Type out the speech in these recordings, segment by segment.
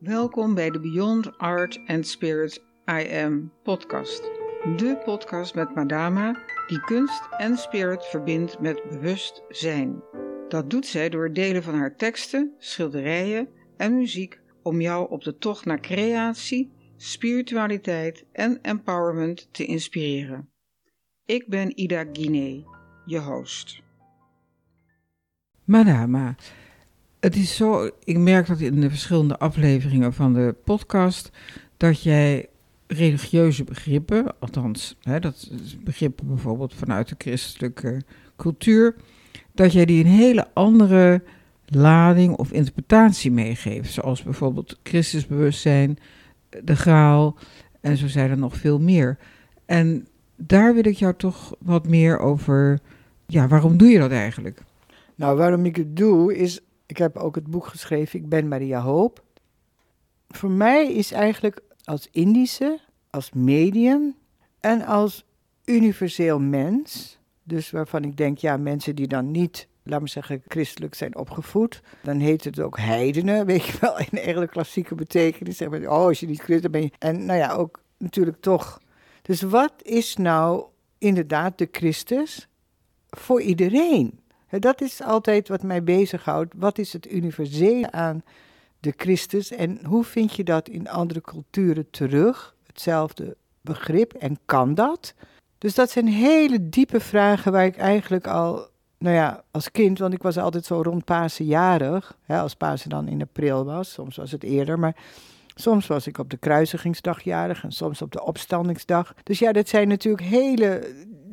Welkom bij de Beyond Art and Spirit I Am podcast. De podcast met Madama die kunst en spirit verbindt met bewustzijn. Dat doet zij door het delen van haar teksten, schilderijen en muziek om jou op de tocht naar creatie, spiritualiteit en empowerment te inspireren. Ik ben Ida Guinee, je host. Madama, het is zo, ik merk dat in de verschillende afleveringen van de podcast, dat jij religieuze begrippen, althans, dat is begrippen bijvoorbeeld vanuit de christelijke cultuur, dat jij die een hele andere lading of interpretatie meegeeft. Zoals bijvoorbeeld Christusbewustzijn, de Graal en zo zijn er nog veel meer. En daar wil ik jou toch wat meer over, waarom doe je dat eigenlijk? Nou, waarom ik het doe is, ik heb ook het boek geschreven, Ik ben Maria Hoop. Voor mij is eigenlijk als Indische, als medium en als universeel mens, dus waarvan ik denk, mensen die dan niet, laat me zeggen, christelijk zijn opgevoed, dan heet het ook heidenen, weet je wel, in de hele klassieke betekenis. Zeg maar, als je niet christen ben je. En ook natuurlijk toch. Dus wat is nou inderdaad de Christus voor iedereen? Dat is altijd wat mij bezighoudt. Wat is het universele aan de Christus en hoe vind je dat in andere culturen terug? Hetzelfde begrip en kan dat? Dus dat zijn hele diepe vragen waar ik eigenlijk al, als kind, want ik was altijd zo rond Pasen jarig, als Pasen dan in april was, soms was het eerder, maar soms was ik op de kruisigingsdag jarig en soms op de opstandingsdag. Dus dat zijn natuurlijk hele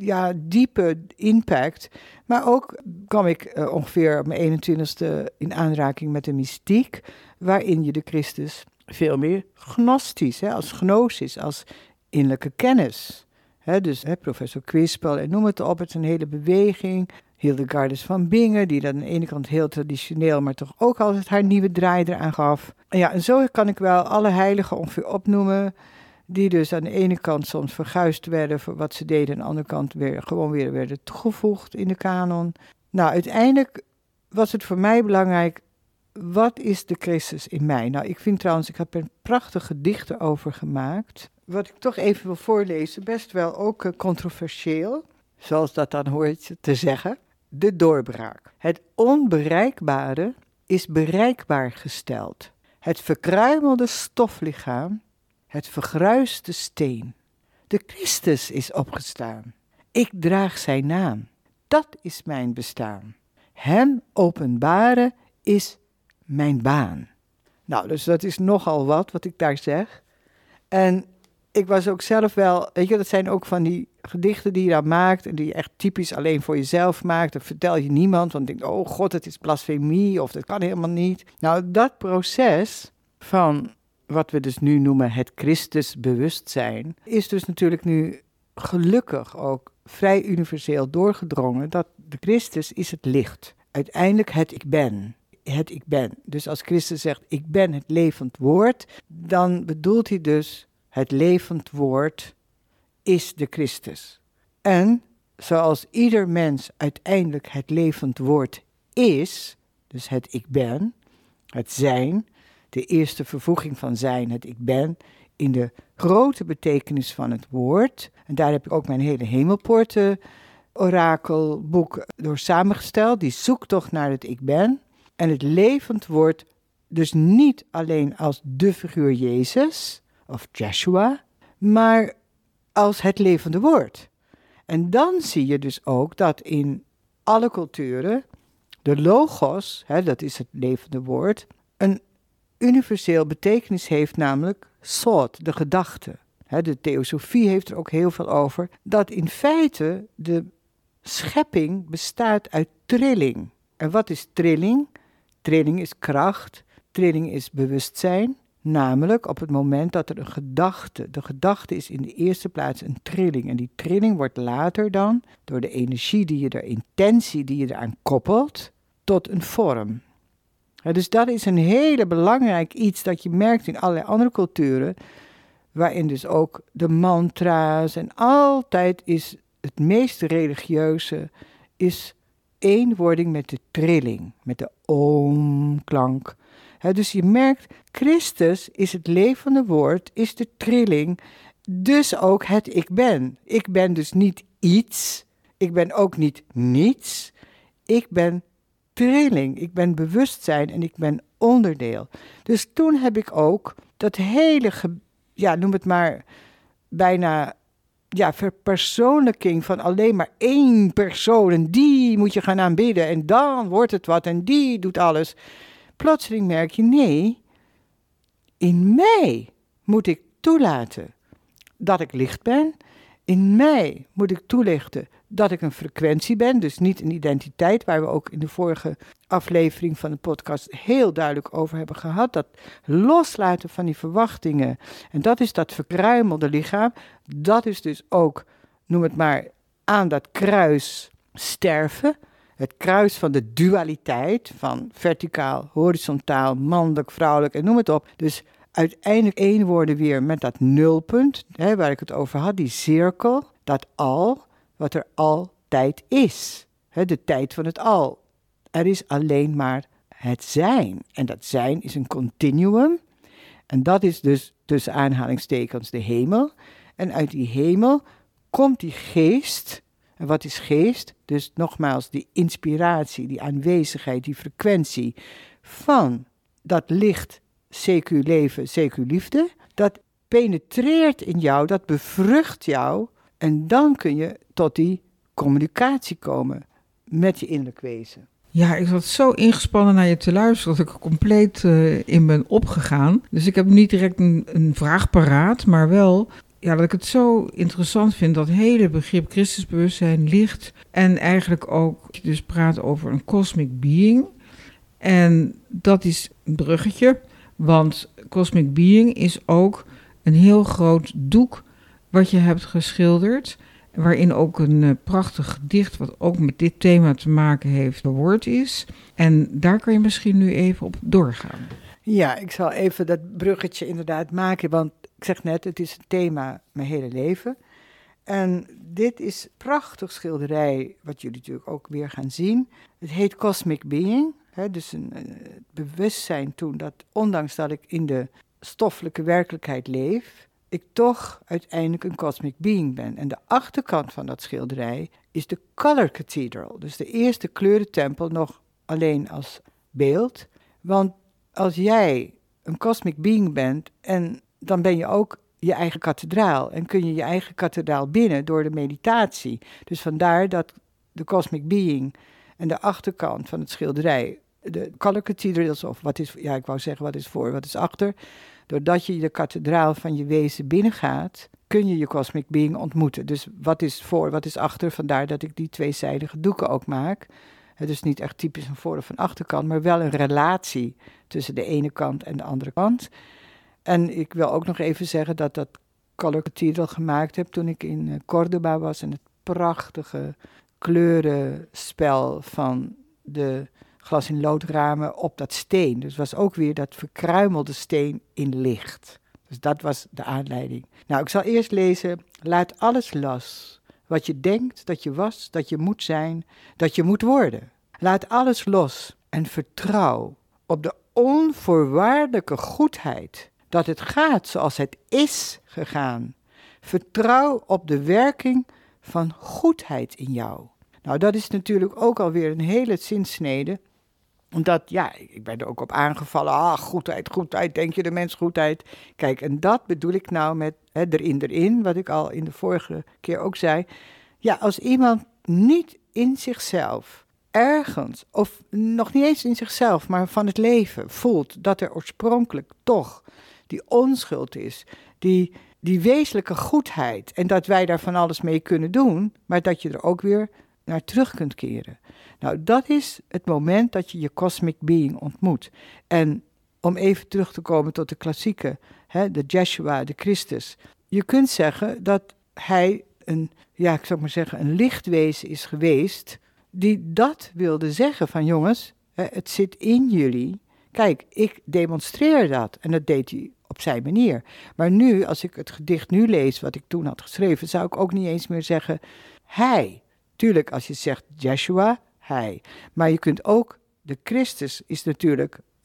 diepe impact. Maar ook kwam ik ongeveer op mijn 21ste in aanraking met de mystiek, waarin je de Christus veel meer gnostisch, als gnosis, als innerlijke kennis. Dus professor Quispel en noem het op, het is een hele beweging. Hildegardus van Bingen, die dan aan de ene kant heel traditioneel, maar toch ook altijd haar nieuwe draai eraan gaf. En zo kan ik wel alle heiligen ongeveer opnoemen, die dus aan de ene kant soms verguisd werden voor wat ze deden, aan de andere kant weer werden toegevoegd in de kanon. Nou, uiteindelijk was het voor mij belangrijk, wat is de Christus in mij? Nou, ik vind trouwens, ik heb er een prachtig gedicht erover gemaakt, wat ik toch even wil voorlezen, best wel ook controversieel, zoals dat dan hoort te zeggen. De doorbraak. Het onbereikbare is bereikbaar gesteld. Het verkruimelde stoflichaam, het vergruisde steen. De Christus is opgestaan. Ik draag zijn naam. Dat is mijn bestaan. Hem openbaren is mijn baan. Nou, dus dat is nogal wat ik daar zeg. En ik was ook zelf wel, dat zijn ook van die gedichten die je dan maakt en die je echt typisch alleen voor jezelf maakt. Dat vertel je niemand, want je denkt, oh god, het is blasfemie of dat kan helemaal niet. Nou, dat proces van wat we dus nu noemen het Christusbewustzijn, is dus natuurlijk nu gelukkig ook vrij universeel doorgedrongen dat de Christus is het licht. Uiteindelijk het ik ben. Het ik ben. Dus als Christus zegt, ik ben het levend woord, dan bedoelt hij dus, het levend woord is de Christus. En zoals ieder mens uiteindelijk het levend woord is, dus het ik ben, het zijn, de eerste vervoeging van zijn, het ik ben, in de grote betekenis van het woord. En daar heb ik ook mijn hele Hemelpoorten orakelboek door samengesteld, die zoektocht naar het ik ben. En het levend woord dus niet alleen als de figuur Jezus of Joshua, maar als het levende woord. En dan zie je dus ook dat in alle culturen de logos, dat is het levende woord, een universeel betekenis heeft, namelijk thought, de gedachte. De theosofie heeft er ook heel veel over, dat in feite de schepping bestaat uit trilling. En wat is trilling? Trilling is kracht, trilling is bewustzijn, namelijk op het moment dat er een gedachte, de gedachte is in de eerste plaats een trilling. En die trilling wordt later dan, door de energie de intentie die je eraan koppelt, tot een vorm. Dus dat is een hele belangrijk iets dat je merkt in allerlei andere culturen, waarin dus ook de mantra's en altijd is het meest religieuze, is eenwording met de trilling, met de oom-klank. Dus je merkt, Christus is het levende woord, is de trilling, dus ook het ik ben. Ik ben dus niet iets, ik ben ook niet niets, ik ben trilling, ik ben bewustzijn en ik ben onderdeel. Dus toen heb ik ook dat hele, noem het maar, bijna verpersoonlijking van alleen maar één persoon en die moet je gaan aanbidden en dan wordt het wat en die doet alles. Plotseling merk je, nee, in mij moet ik toelaten dat ik licht ben. In mij moet ik toelichten dat ik een frequentie ben, dus niet een identiteit, waar we ook in de vorige aflevering van de podcast heel duidelijk over hebben gehad. Dat loslaten van die verwachtingen. En dat is dat verkruimelde lichaam. Dat is dus ook, noem het maar, aan dat kruis sterven. Het kruis van de dualiteit, van verticaal, horizontaal, mannelijk, vrouwelijk en noem het op. Dus uiteindelijk één worden weer met dat nulpunt, waar ik het over had, die cirkel, dat al, wat er altijd is. De tijd van het al. Er is alleen maar het zijn. En dat zijn is een continuum. En dat is dus tussen aanhalingstekens de hemel. En uit die hemel komt die geest. En wat is geest? Dus nogmaals die inspiratie, die aanwezigheid, die frequentie van dat licht, CQ leven, CQ liefde. Dat penetreert in jou, dat bevrucht jou. En dan kun je tot die communicatie komen met je innerlijk wezen. Ja, ik zat zo ingespannen naar je te luisteren dat ik er compleet in ben opgegaan. Dus ik heb niet direct een vraag paraat, maar wel dat ik het zo interessant vind, dat hele begrip Christusbewustzijn, licht en eigenlijk ook dus praat over een cosmic being. En dat is een bruggetje, want cosmic being is ook een heel groot doek wat je hebt geschilderd, waarin ook een prachtig gedicht, wat ook met dit thema te maken heeft, verwoord is. En daar kan je misschien nu even op doorgaan. Ja, ik zal even dat bruggetje inderdaad maken, want ik zeg net, het is een thema mijn hele leven. En dit is een prachtig schilderij, wat jullie natuurlijk ook weer gaan zien. Het heet Cosmic Being, dus een bewustzijn toen dat, ondanks dat ik in de stoffelijke werkelijkheid leef, ik toch uiteindelijk een cosmic being ben. En de achterkant van dat schilderij is de Color Cathedral. Dus de eerste kleurentempel nog alleen als beeld. Want als jij een cosmic being bent, en dan ben je ook je eigen kathedraal. En kun je je eigen kathedraal binnen door de meditatie. Dus vandaar dat de cosmic being en de achterkant van het schilderij, de Color Cathedral, of wat is, ik wou zeggen wat is voor, wat is achter. Doordat je de kathedraal van je wezen binnengaat, kun je je cosmic being ontmoeten. Dus wat is voor, wat is achter, vandaar dat ik die tweezijdige doeken ook maak. Het is niet echt typisch een voor- of een achterkant, maar wel een relatie tussen de ene kant en de andere kant. En ik wil ook nog even zeggen dat dat Color Cathedral gemaakt heb toen ik in Córdoba was en het prachtige kleurenspel van de glas- in loodramen op dat steen. Dus was ook weer dat verkruimelde steen in licht. Dus dat was de aanleiding. Nou, ik zal eerst lezen. Laat alles los. Wat je denkt dat je was, dat je moet zijn, dat je moet worden. Laat alles los en vertrouw op de onvoorwaardelijke goedheid. Dat het gaat zoals het is gegaan. Vertrouw op de werking van goedheid in jou. Nou, dat is natuurlijk ook alweer een hele zinsnede. Omdat, ik ben er ook op aangevallen. Goedheid, denk je de mens goedheid. Kijk, en dat bedoel ik nou met erin, wat ik al in de vorige keer ook zei. Ja, als iemand niet in zichzelf ergens, of nog niet eens in zichzelf, maar van het leven voelt dat er oorspronkelijk toch die onschuld is, die wezenlijke goedheid, en dat wij daar van alles mee kunnen doen, maar dat je er ook weer naar terug kunt keren. Nou, dat is het moment dat je je cosmic being ontmoet. En om even terug te komen tot de klassieke, de Yeshua, de Christus. Je kunt zeggen dat hij een lichtwezen is geweest, die dat wilde zeggen van jongens, het zit in jullie. Kijk, ik demonstreer dat. En dat deed hij op zijn manier. Maar nu, als ik het gedicht nu lees, wat ik toen had geschreven, zou ik ook niet eens meer zeggen hij. Tuurlijk, als je zegt Yeshua, hij. Maar je kunt ook, de Christus is natuurlijk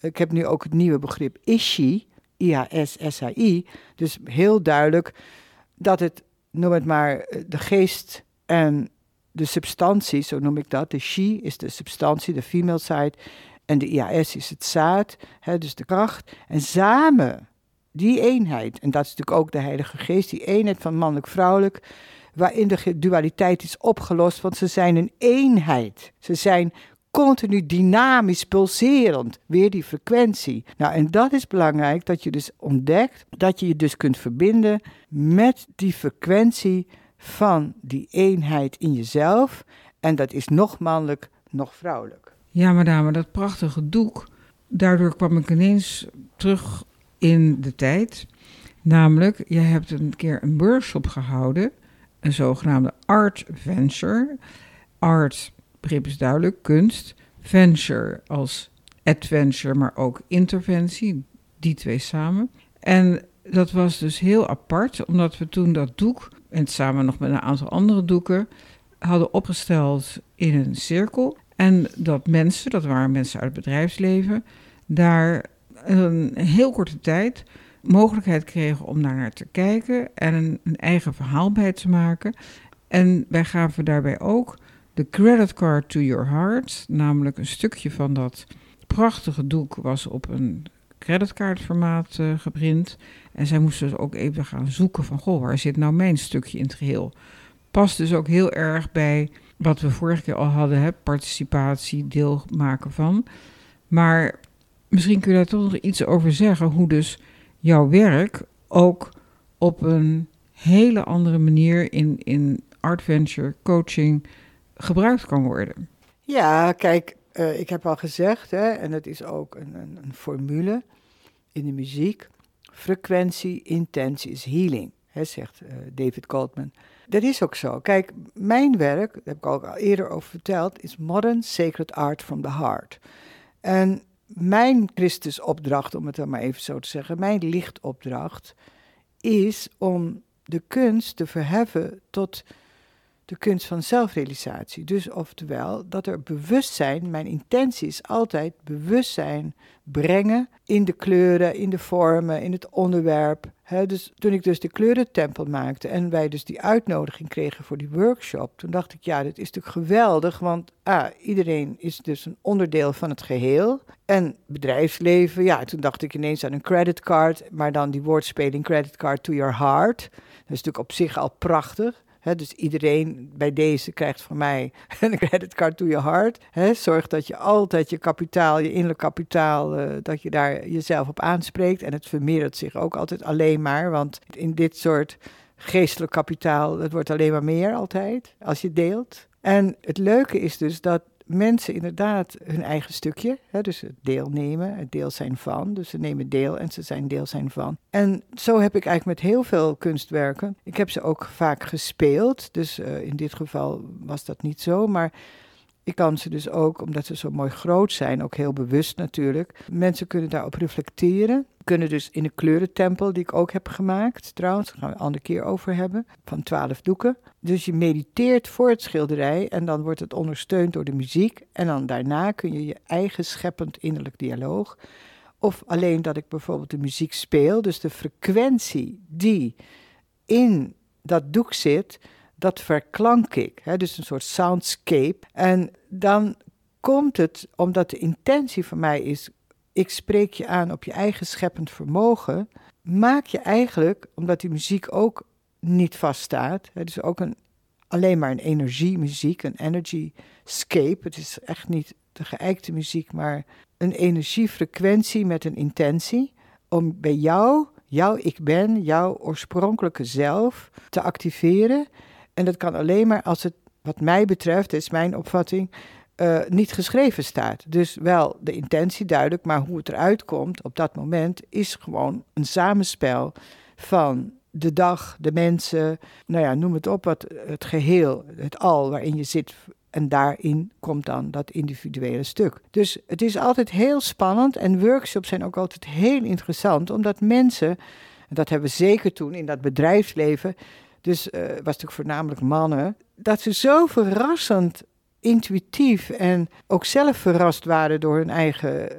Ik heb nu ook het nieuwe begrip Ishi, I-H-S-S-H-I. Dus heel duidelijk dat het, noem het maar, de geest en de substantie, zo noem ik dat. De Shi is de substantie, de female side. En de IAS is het zaad, dus de kracht. En samen, die eenheid, en dat is natuurlijk ook de Heilige Geest, die eenheid van mannelijk-vrouwelijk, waarin de dualiteit is opgelost, want ze zijn een eenheid. Ze zijn continu dynamisch, pulserend, weer die frequentie. Nou, en dat is belangrijk, dat je dus ontdekt, dat je je dus kunt verbinden met die frequentie van die eenheid in jezelf. En dat is nog mannelijk, nog vrouwelijk. Ja, madame, dat prachtige doek, daardoor kwam ik ineens terug in de tijd. Namelijk, jij hebt een keer een workshop gehouden, een zogenaamde art venture. Art, begrip is duidelijk, kunst. Venture als adventure, maar ook interventie, die twee samen. En dat was dus heel apart, omdat we toen dat doek, en samen nog met een aantal andere doeken, hadden opgesteld in een cirkel. En dat mensen, dat waren mensen uit het bedrijfsleven, daar een heel korte tijd mogelijkheid kregen om naar te kijken en een eigen verhaal bij te maken. En wij gaven daarbij ook de credit card to your heart, namelijk een stukje van dat prachtige doek was op een creditcardformaat geprint. En zij moesten dus ook even gaan zoeken van, goh, waar zit nou mijn stukje in het geheel? Past dus ook heel erg bij wat we vorige keer al hadden, participatie, deel maken van. Maar misschien kun je daar toch nog iets over zeggen, hoe dus jouw werk ook op een hele andere manier in Art Venture coaching gebruikt kan worden. Ja, kijk, ik heb al gezegd, en het is ook een formule in de muziek. Frequentie, intentie is healing, zegt David Goldman. Dat is ook zo. Kijk, mijn werk, daar heb ik ook al eerder over verteld, is Modern Sacred Art from the Heart. En mijn Christusopdracht, om het dan maar even zo te zeggen, mijn lichtopdracht, is om de kunst te verheffen tot de kunst van zelfrealisatie. Dus oftewel, dat er bewustzijn, mijn intentie is altijd bewustzijn brengen in de kleuren, in de vormen, in het onderwerp. Dus toen ik dus de kleurentempel maakte en wij dus die uitnodiging kregen voor die workshop, toen dacht ik, ja, dit is natuurlijk geweldig, want iedereen is dus een onderdeel van het geheel. En bedrijfsleven, ja, toen dacht ik ineens aan een creditcard, maar dan die woordspeling credit card to your heart. Dat is natuurlijk op zich al prachtig. Dus iedereen bij deze krijgt van mij een creditcard to your heart. Zorg dat je altijd je kapitaal, je innerlijk kapitaal, dat je daar jezelf op aanspreekt. En het vermeerdert zich ook altijd alleen maar, want in dit soort geestelijk kapitaal, het wordt alleen maar meer altijd, als je deelt. En het leuke is dus dat mensen inderdaad hun eigen stukje, dus het deelnemen, het deel zijn van. Dus ze nemen deel en ze zijn deel zijn van. En zo heb ik eigenlijk met heel veel kunstwerken, ik heb ze ook vaak gespeeld, dus in dit geval was dat niet zo, maar ik kan ze dus ook, omdat ze zo mooi groot zijn, ook heel bewust natuurlijk. Mensen kunnen daarop reflecteren. Kunnen dus in de kleurentempel, die ik ook heb gemaakt, trouwens, daar gaan we een andere keer over hebben, van 12 doeken. Dus je mediteert voor het schilderij en dan wordt het ondersteund door de muziek. En dan daarna kun je je eigen scheppend innerlijk dialoog. Of alleen dat ik bijvoorbeeld de muziek speel, dus de frequentie die in dat doek zit, dat verklank ik, dus een soort soundscape. En dan komt het, omdat de intentie van mij is, ik spreek je aan op je eigen scheppend vermogen, maak je eigenlijk, omdat die muziek ook niet vaststaat, dus ook alleen maar een energiemuziek, een energyscape, het is echt niet de geëikte muziek, maar een energiefrequentie met een intentie, om bij jouw ik ben, jouw oorspronkelijke zelf te activeren. En dat kan alleen maar als het, wat mij betreft, is mijn opvatting, niet geschreven staat. Dus wel de intentie duidelijk, maar hoe het eruit komt op dat moment is gewoon een samenspel van de dag, de mensen, nou ja, noem het op, het geheel, het al waarin je zit. En daarin komt dan dat individuele stuk. Dus het is altijd heel spannend en workshops zijn ook altijd heel interessant, omdat mensen, en dat hebben we zeker toen in dat bedrijfsleven, dus was natuurlijk voornamelijk mannen, dat ze zo verrassend intuïtief en ook zelf verrast waren door hun eigen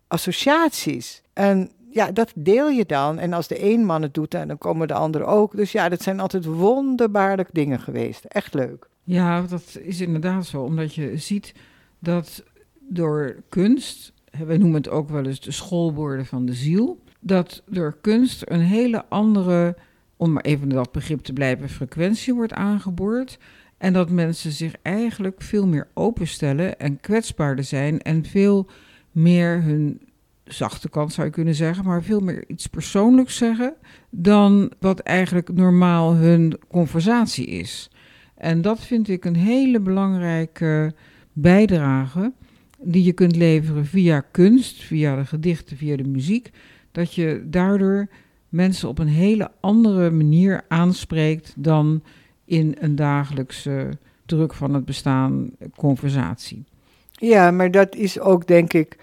associaties. En ja, dat deel je dan. En als de een man het doet, dan komen de anderen ook. Dus ja, dat zijn altijd wonderbaarlijk dingen geweest. Echt leuk. Ja, dat is inderdaad zo. Omdat je ziet dat door kunst, wij noemen het ook wel eens de schoolborden van de ziel, dat door kunst een hele andere, om maar even dat begrip te blijven, frequentie wordt aangeboord. En dat mensen zich eigenlijk veel meer openstellen en kwetsbaarder zijn en veel meer hun zachte kant zou je kunnen zeggen, maar veel meer iets persoonlijks zeggen dan wat eigenlijk normaal hun conversatie is. En dat vind ik een hele belangrijke bijdrage die je kunt leveren via kunst, via de gedichten, via de muziek, dat je daardoor mensen op een hele andere manier aanspreekt dan in een dagelijkse druk van het bestaan conversatie. Ja, maar dat is ook, denk ik,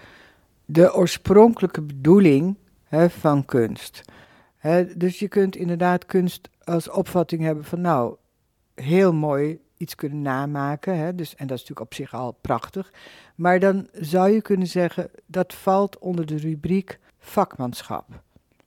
de oorspronkelijke bedoeling van kunst. Dus je kunt inderdaad kunst als opvatting hebben van, nou, heel mooi iets kunnen namaken. Dus, en dat is natuurlijk op zich al prachtig. Maar dan zou je kunnen zeggen, dat valt onder de rubriek vakmanschap.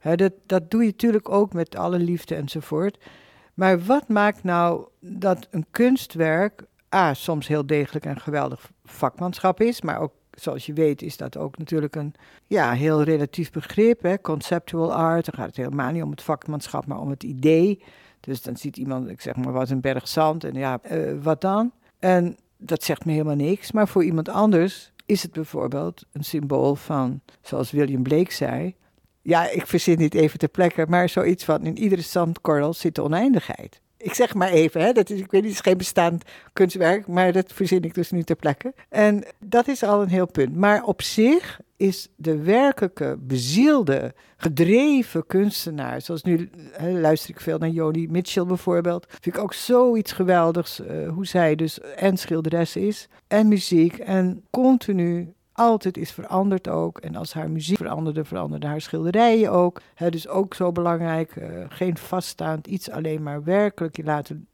Dat doe je natuurlijk ook met alle liefde enzovoort. Maar wat maakt nou dat een kunstwerk soms heel degelijk en geweldig vakmanschap is, maar ook, zoals je weet, is dat ook natuurlijk een heel relatief begrip. Conceptual art, dan gaat het helemaal niet om het vakmanschap, maar om het idee. Dus dan ziet iemand, ik zeg maar, wat een berg zand en wat dan? En dat zegt me helemaal niks, maar voor iemand anders is het bijvoorbeeld een symbool van, zoals William Blake zei, ja, ik verzin dit even ter plekke, maar zoiets van, in iedere zandkorrel zit de oneindigheid. Ik zeg maar even, dat is, ik weet niet, het is geen bestaand kunstwerk, maar dat verzin ik dus nu ter plekke. En dat is al een heel punt. Maar op zich is de werkelijke, bezielde, gedreven kunstenaar, zoals nu luister ik veel naar Joni Mitchell bijvoorbeeld, vind ik ook zoiets geweldigs, hoe zij dus en schilderes is, en muziek, en continu altijd is veranderd ook. En als haar muziek veranderde haar schilderijen ook. Dus ook zo belangrijk, geen vaststaand iets, alleen maar werkelijk je laten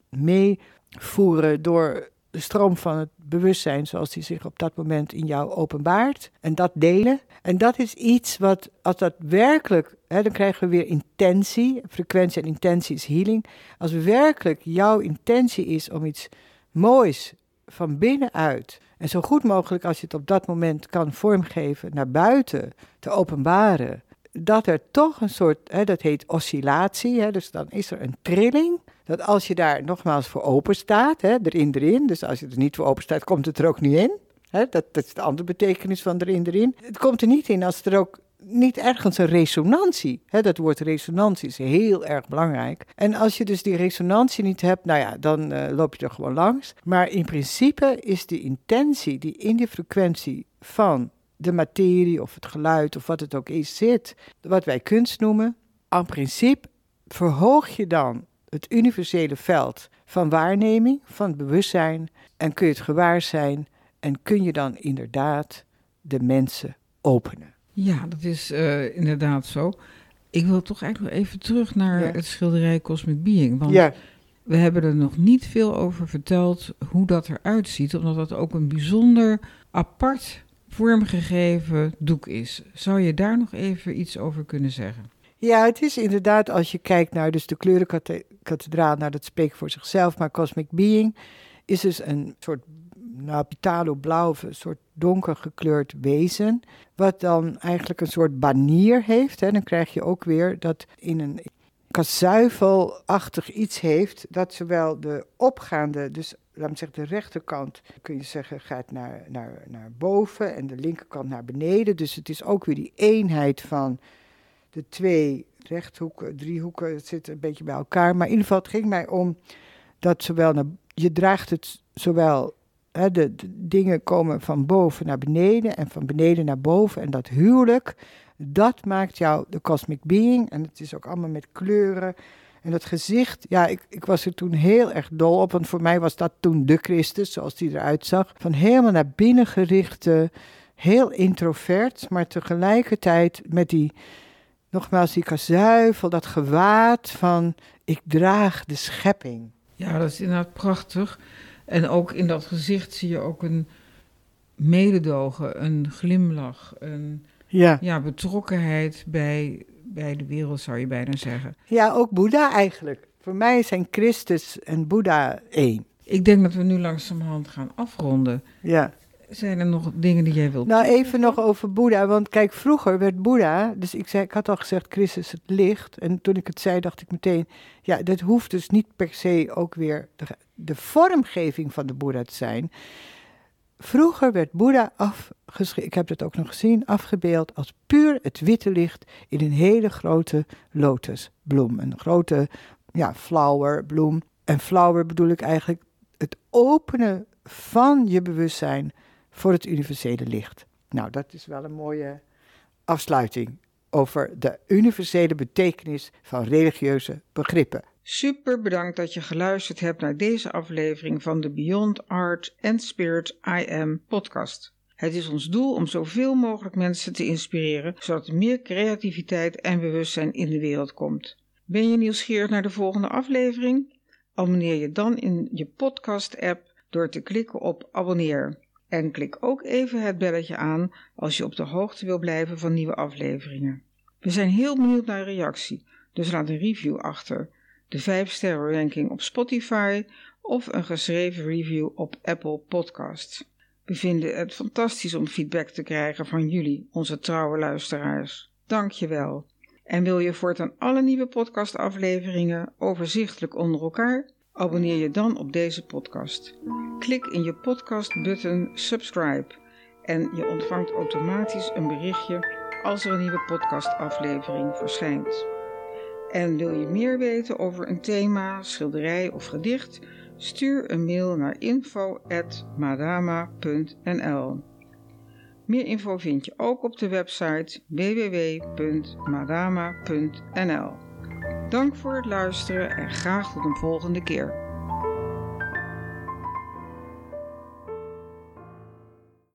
meevoeren door de stroom van het bewustzijn zoals die zich op dat moment in jou openbaart. En dat delen. En dat is iets wat, als dat werkelijk, dan krijgen we weer intentie. Frequentie en intentie is healing. Als werkelijk jouw intentie is om iets moois van binnenuit, en zo goed mogelijk als je het op dat moment kan vormgeven, naar buiten te openbaren, dat er toch een soort, dat heet oscillatie, dus dan is er een trilling, dat als je daar nogmaals voor open staat, erin, dus als je er niet voor open staat, komt het er ook niet in. Dat is de andere betekenis van erin. Het komt er niet in als er ook niet ergens een resonantie. Dat woord resonantie is heel erg belangrijk. En als je dus die resonantie niet hebt, dan loop je er gewoon langs. Maar in principe is die intentie die in die frequentie van de materie of het geluid of wat het ook is zit, wat wij kunst noemen, in principe verhoog je dan het universele veld van waarneming, van bewustzijn, en kun je het gewaar zijn en kun je dan inderdaad de mensen openen. Ja, dat is inderdaad zo. Ik wil toch eigenlijk nog even terug naar het schilderij Cosmic Being. Want we hebben er nog niet veel over verteld hoe dat eruit ziet, omdat dat ook een bijzonder apart vormgegeven doek is. Zou je daar nog even iets over kunnen zeggen? Ja, het is inderdaad, als je kijkt naar dus de kleurenkathedraal, dat spreekt voor zichzelf, maar Cosmic Being is dus een soort pitalo-blauw, een soort donker gekleurd wezen, wat dan eigenlijk een soort banier heeft. Dan krijg je ook weer dat in een kazuivelachtig iets heeft, dat zowel de opgaande, dus laat me zeggen de rechterkant, kun je zeggen, gaat naar boven en de linkerkant naar beneden. Dus het is ook weer die eenheid van de twee rechthoeken, driehoeken, het zit een beetje bij elkaar. Maar in ieder geval, het ging mij om dat je draagt het zowel, de dingen komen van boven naar beneden en van beneden naar boven. En dat huwelijk, dat maakt jou de Cosmic Being. En het is ook allemaal met kleuren. En dat gezicht, ik was er toen heel erg dol op, want voor mij was dat toen de Christus, zoals die eruit zag. Van helemaal naar binnen gerichte, heel introvert, maar tegelijkertijd met die kazuivel, dat gewaad van ik draag de schepping. Ja, dat is inderdaad prachtig. En ook in dat gezicht zie je ook een mededogen, een glimlach, ja, betrokkenheid bij de wereld, zou je bijna zeggen. Ja, ook Boeddha eigenlijk. Voor mij zijn Christus en Boeddha één. Ik denk dat we nu langzamerhand gaan afronden. Ja. Zijn er nog dingen die jij wilt Nou, toevoegen? even nog over Boeddha. Want kijk, vroeger werd Boeddha... Dus ik had al gezegd, Christus het licht. En toen ik het zei, dacht ik meteen... Ja, dat hoeft dus niet per se ook weer de vormgeving van de Boeddha te zijn. Vroeger werd Boeddha ik heb dat ook nog gezien, afgebeeld als puur het witte licht in een hele grote lotusbloem. Een grote, flowerbloem. En flower bedoel ik eigenlijk het openen van je bewustzijn voor het universele licht. Nou, dat is wel een mooie afsluiting over de universele betekenis van religieuze begrippen. Super bedankt dat je geluisterd hebt naar deze aflevering van de Beyond Art and Spirit I Am podcast. Het is ons doel om zoveel mogelijk mensen te inspireren, zodat er meer creativiteit en bewustzijn in de wereld komt. Ben je nieuwsgierig naar de volgende aflevering? Abonneer je dan in je podcast-app door te klikken op abonneer. En klik ook even het belletje aan als je op de hoogte wil blijven van nieuwe afleveringen. We zijn heel benieuwd naar een reactie, dus laat een review achter. De 5-sterren ranking op Spotify of een geschreven review op Apple Podcasts. We vinden het fantastisch om feedback te krijgen van jullie, onze trouwe luisteraars. Dank je wel. En wil je voortaan alle nieuwe podcastafleveringen overzichtelijk onder elkaar? Abonneer je dan op deze podcast. Klik in je podcastbutton subscribe en je ontvangt automatisch een berichtje als er een nieuwe podcastaflevering verschijnt. En wil je meer weten over een thema, schilderij of gedicht? Stuur een mail naar info@madama.nl. Meer info vind je ook op de website www.madama.nl. Dank voor het luisteren en graag tot een volgende keer.